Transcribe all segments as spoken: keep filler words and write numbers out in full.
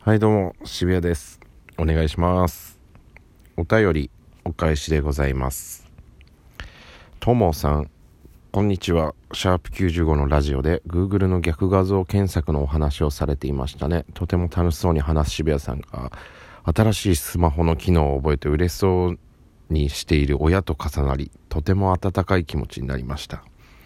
はいどうも渋谷です。お願いします。お便りお返しでございます。ともさんこんにちは。シャープきゅうじゅうごのラジオで Google の逆画像検索のお話をされていましたね。とても楽しそうに話す渋谷さんが新しいスマホの機能を覚えて嬉しそうにしている親と重なり、とても温かい気持ちになりました。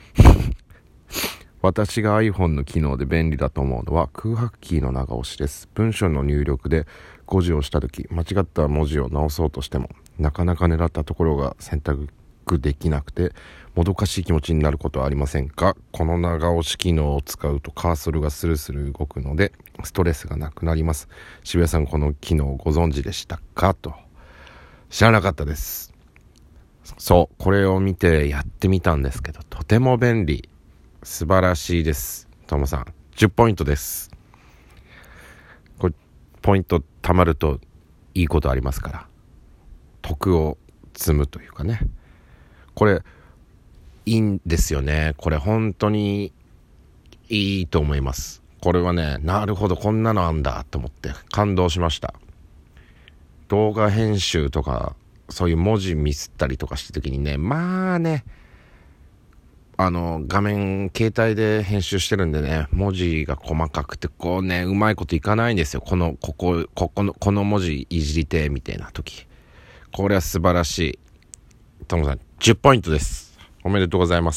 私が iPhone の機能で便利だと思うのは空白キーの長押しです。文章の入力で誤字をしたとき、間違った文字を直そうとしてもなかなか狙ったところが選択できなくてもどかしい気持ちになることはありませんか？この長押し機能を使うとカーソルがスルスル動くのでストレスがなくなります。渋谷さんこの機能をご存知でしたか？と。知らなかったです。そうこれを見てやってみたんですけど、とても便利、素晴らしいです。ともさんじゅっポイントです。これポイント貯まるといいことありますから、得を積むというかね、これいいんですよね。これ本当にいいと思います。これはね、なるほどこんなのあんだと思って感動しました。動画編集とかそういう文字ミスったりとかした時にね、まあねあの画面携帯で編集してるんでね、文字が細かくてこうねうまいこといかないんですよ。このここここのこの文字いじりてみたいな時、これは素晴らしい。ともさんじゅっポイントです。おめでとうございます。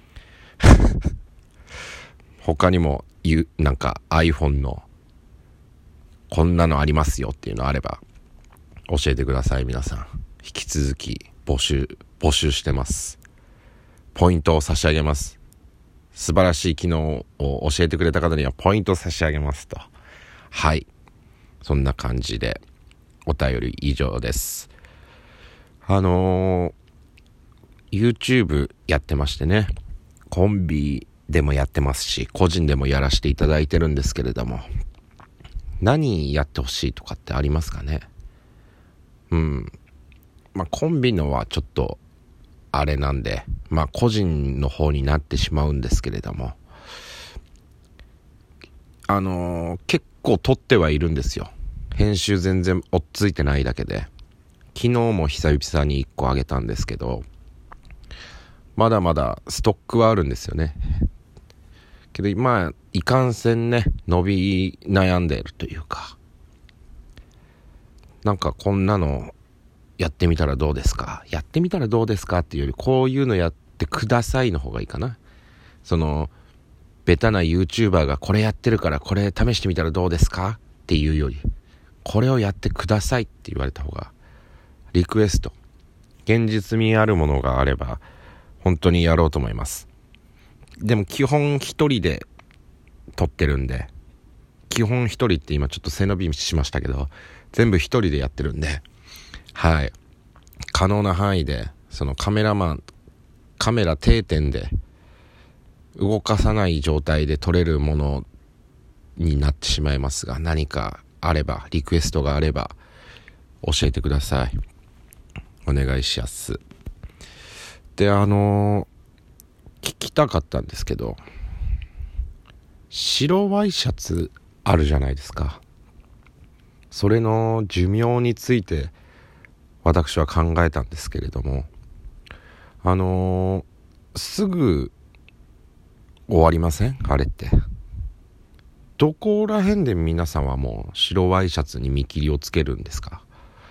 他にも言うなんか iPhone のこんなのありますよっていうのあれば教えてください。皆さん引き続き募集募集してます。ポイントを差し上げます。素晴らしい機能を教えてくれた方にはポイントを差し上げますと。はい、そんな感じでお便り以上です。あのー、YouTube やってましてね、コンビでもやってますし個人でもやらせていただいてるんですけれども、何やってほしいとかってありますかね？うんまあコンビのはちょっとあれなんで、まあ個人の方になってしまうんですけれども、あのー、結構撮ってはいるんですよ。編集全然追っついてないだけで、昨日も久々にいっこあげたんですけど、まだまだストックはあるんですよね。けどまあいかんせんね伸び悩んでいるというか、なんかこんなのやってみたらどうですかやってみたらどうですかっていうより、こういうのやってくださいの方がいいかな。そのベタな YouTuber がこれやってるからこれ試してみたらどうですかっていうより、これをやってくださいって言われた方が、リクエスト、現実味あるものがあれば本当にやろうと思います。でも基本一人で撮ってるんで、基本一人って今ちょっと背伸びしましたけど、全部一人でやってるんで、はい、可能な範囲でそのカメラマンカメラ定点で動かさない状態で撮れるものになってしまいますが、何かあればリクエストがあれば教えてください。お願いします。であのー、聞きたかったんですけど、白ワイシャツあるじゃないですか。それの寿命について私は考えたんですけれども、あのー、すぐ終わりません？あれってどこら辺で皆さんはもう白ワイシャツに見切りをつけるんですか？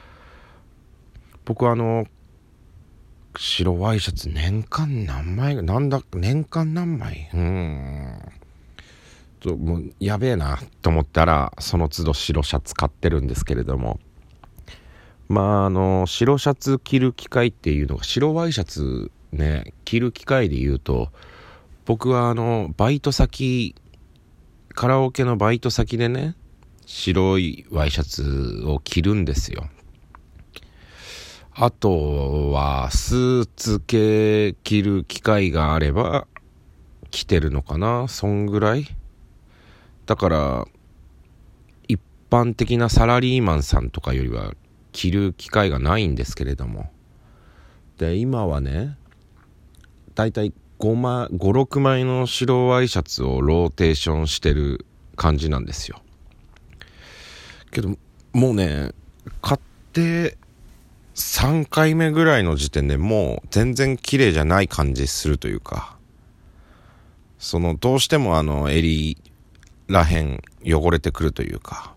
僕はあの白ワイシャツ年間何枚なんだ年間何枚うーんともうやべえなと思ったらその都度白シャツ買ってるんですけれども、まああの白シャツ着る機会っていうのが、白ワイシャツね着る機会で言うと、僕はあのバイト先カラオケのバイト先でね白いワイシャツを着るんですよ。あとはスーツ系着る機会があれば着てるのかな、そんぐらいだから、一般的なサラリーマンさんとかよりは着る機会がないんですけれども、で今はねだいたいごまいごろくまいの白ワイシャツをローテーションしてる感じなんですよ。 けどもうね、買ってさんかいめぐらいの時点でもう全然綺麗じゃない感じするというか、そのどうしてもあの襟らへん汚れてくるというか、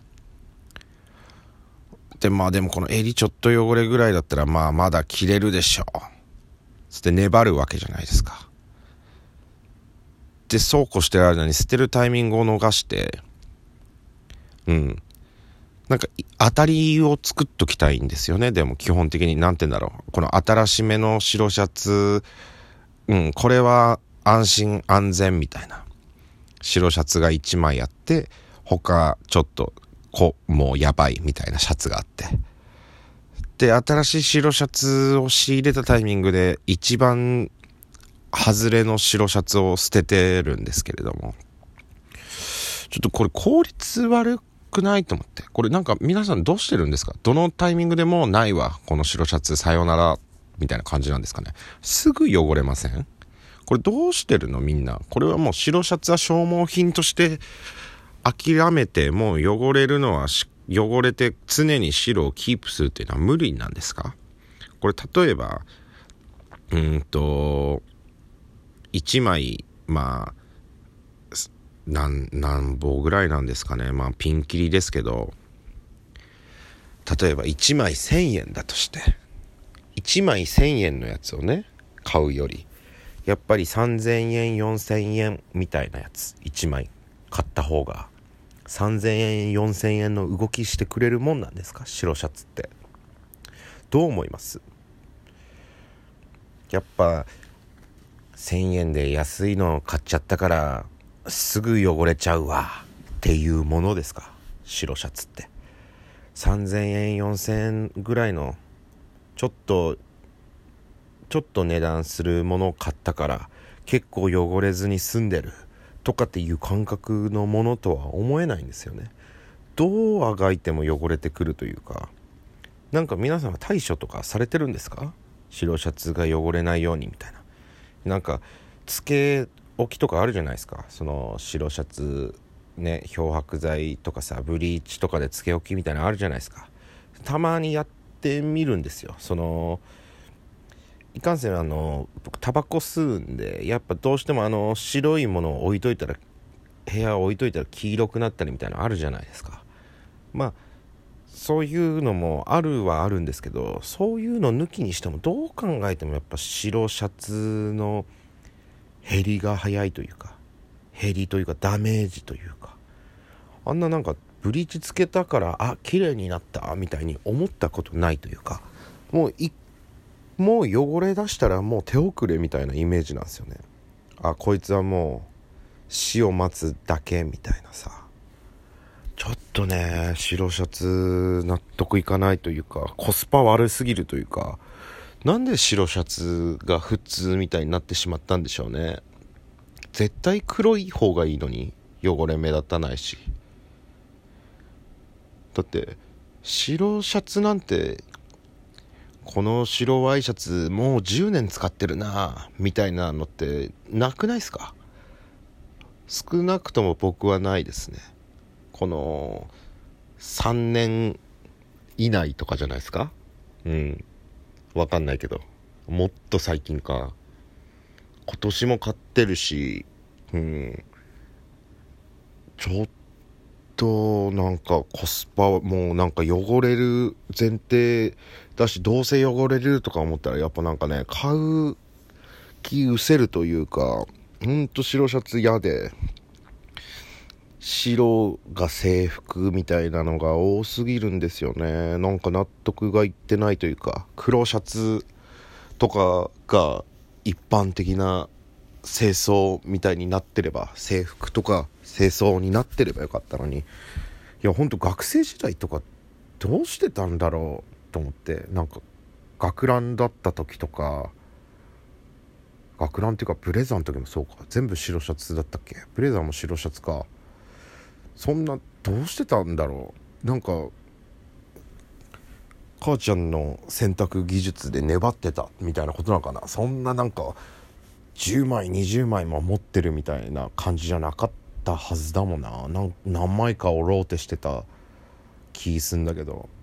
でまあでもこの襟ちょっと汚れぐらいだったらまあまだ着れるでしょうつって粘るわけじゃないですか。でそうこうしてる間に捨てるタイミングを逃して、うんなんか当たりを作っときたいんですよね。でも基本的になんて言うんだろう、この新しめの白シャツ、うんこれは安心安全みたいな白シャツがいちまいあって、他ちょっとこもうやばいみたいなシャツがあって、で新しい白シャツを仕入れたタイミングで一番外れの白シャツを捨ててるんですけれども、ちょっとこれ効率悪くないと思って、これなんか皆さんどうしてるんですか？どのタイミングでもないわこの白シャツさよならみたいな感じなんですかね。すぐ汚れません？これどうしてるのみんな。これはもう白シャツは消耗品として諦めて、もう汚れるのは汚れて常に白をキープするっていうのは無理なんですか？これ例えばうーんといちまいまあ何何本ぐらいなんですかね、まあピンキリですけど、例えばいちまいせんえんだとして、いちまいせんえんのやつをね買うよりやっぱりさんぜんえんよんせんえんみたいなやついちまい買った方がさんぜんえんよんせんえんの動きしてくれるもんなんですか？白シャツってどう思います？やっぱせんえんで安いの買っちゃったからすぐ汚れちゃうわっていうものですか？白シャツってさんぜんえんよんせんえんぐらいのちょっとちょっと値段するものを買ったから結構汚れずに済んでるとかっていう感覚のものとは思えないんですよね。どうあがいても汚れてくるというか、なんか皆さんは対処とかされてるんですか？白シャツが汚れないようにみたいな、なんかつけ置きとかあるじゃないですか。その白シャツね、漂白剤とかさブリーチとかでつけ置きみたいなのあるじゃないですか。たまにやってみるんですよ。そのいかんせんあの僕タバコ吸うんで、やっぱどうしてもあの白いものを置いといたら部屋を置いといたら黄色くなったりみたいなのあるじゃないですか。まあそういうのもあるはあるんですけど、そういうの抜きにしてもどう考えてもやっぱ白シャツの減りが早いというか、減りというかダメージというか、あんななんかブリーチつけたからあ綺麗になったみたいに思ったことないというか、もういもう汚れ出したらもう手遅れみたいなイメージなんですよね。あこいつはもう死を待つだけみたいなさ、ちょっとね白シャツ納得いかないというか、コスパ悪すぎるというか、なんで白シャツが普通みたいになってしまったんでしょうね。絶対黒い方がいいのに汚れ目立たないし、だって白シャツなんてこの白ワイシャツもうじゅうねん使ってるなみたいなのってなくないですか？少なくとも僕はないですね。このさんねん以内とかじゃないですか。うんわかんないけど、もっと最近か。今年も買ってるし、うんちょっとなんかコスパもうなんか汚れる前提だし、どうせ汚れるとか思ったらやっぱなんかね買う気失せるというか、ほんと白シャツ嫌で、白が制服みたいなのが多すぎるんですよね。なんか納得がいってないというか、黒シャツとかが一般的な清掃みたいになってれば、制服とか清掃になってればよかったのに、いやほんと学生時代とかどうしてたんだろうと思って、なんか学ランだった時とか、学ランっていうかブレザーの時もそうか、全部白シャツだったっけ？ブレザーも白シャツか。そんなどうしてたんだろう。なんか母ちゃんの洗濯技術で粘ってたみたいなことなのかな。そんななんかじゅうまいにじゅうまいも持ってるみたいな感じじゃなかったはずだもんな。なん何枚かをローテしてた気すんだけど、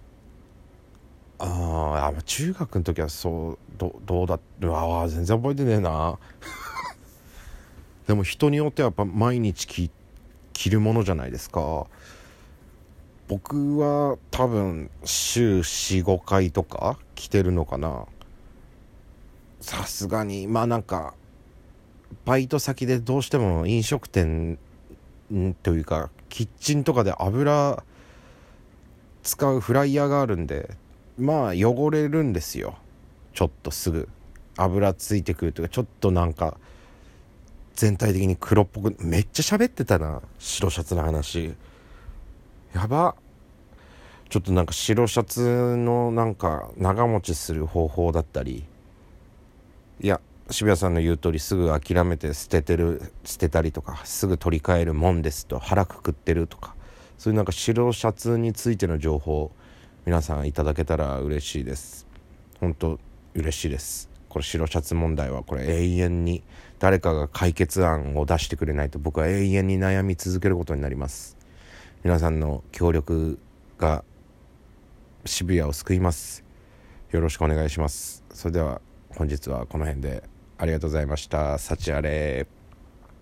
ああ中学の時はそう ど, どうだうわ全然覚えてねえなでも人によってはやっぱ毎日着着るものじゃないですか。僕は多分週 よん,ご 回とか着てるのかな。さすがにまあなんかバイト先でどうしても飲食店というかキッチンとかで油使うフライヤーがあるんで、まあ汚れるんですよ。ちょっとすぐ油ついてくるというか、ちょっとなんか全体的に黒っぽく。めっちゃ喋ってたな白シャツの話。やば。ちょっとなんか白シャツのなんか長持ちする方法だったり、いや渋谷さんの言う通りすぐ諦めて捨ててる捨てたりとか、すぐ取り替えるもんですと腹くくってるとか、そういうなんか白シャツについての情報皆さんいただけたら嬉しいです。本当嬉しいです。これ白シャツ問題はこれ永遠に誰かが解決案を出してくれないと僕は永遠に悩み続けることになります。皆さんの協力が渋谷を救います。よろしくお願いします。それでは本日はこの辺でありがとうございました。幸あれ。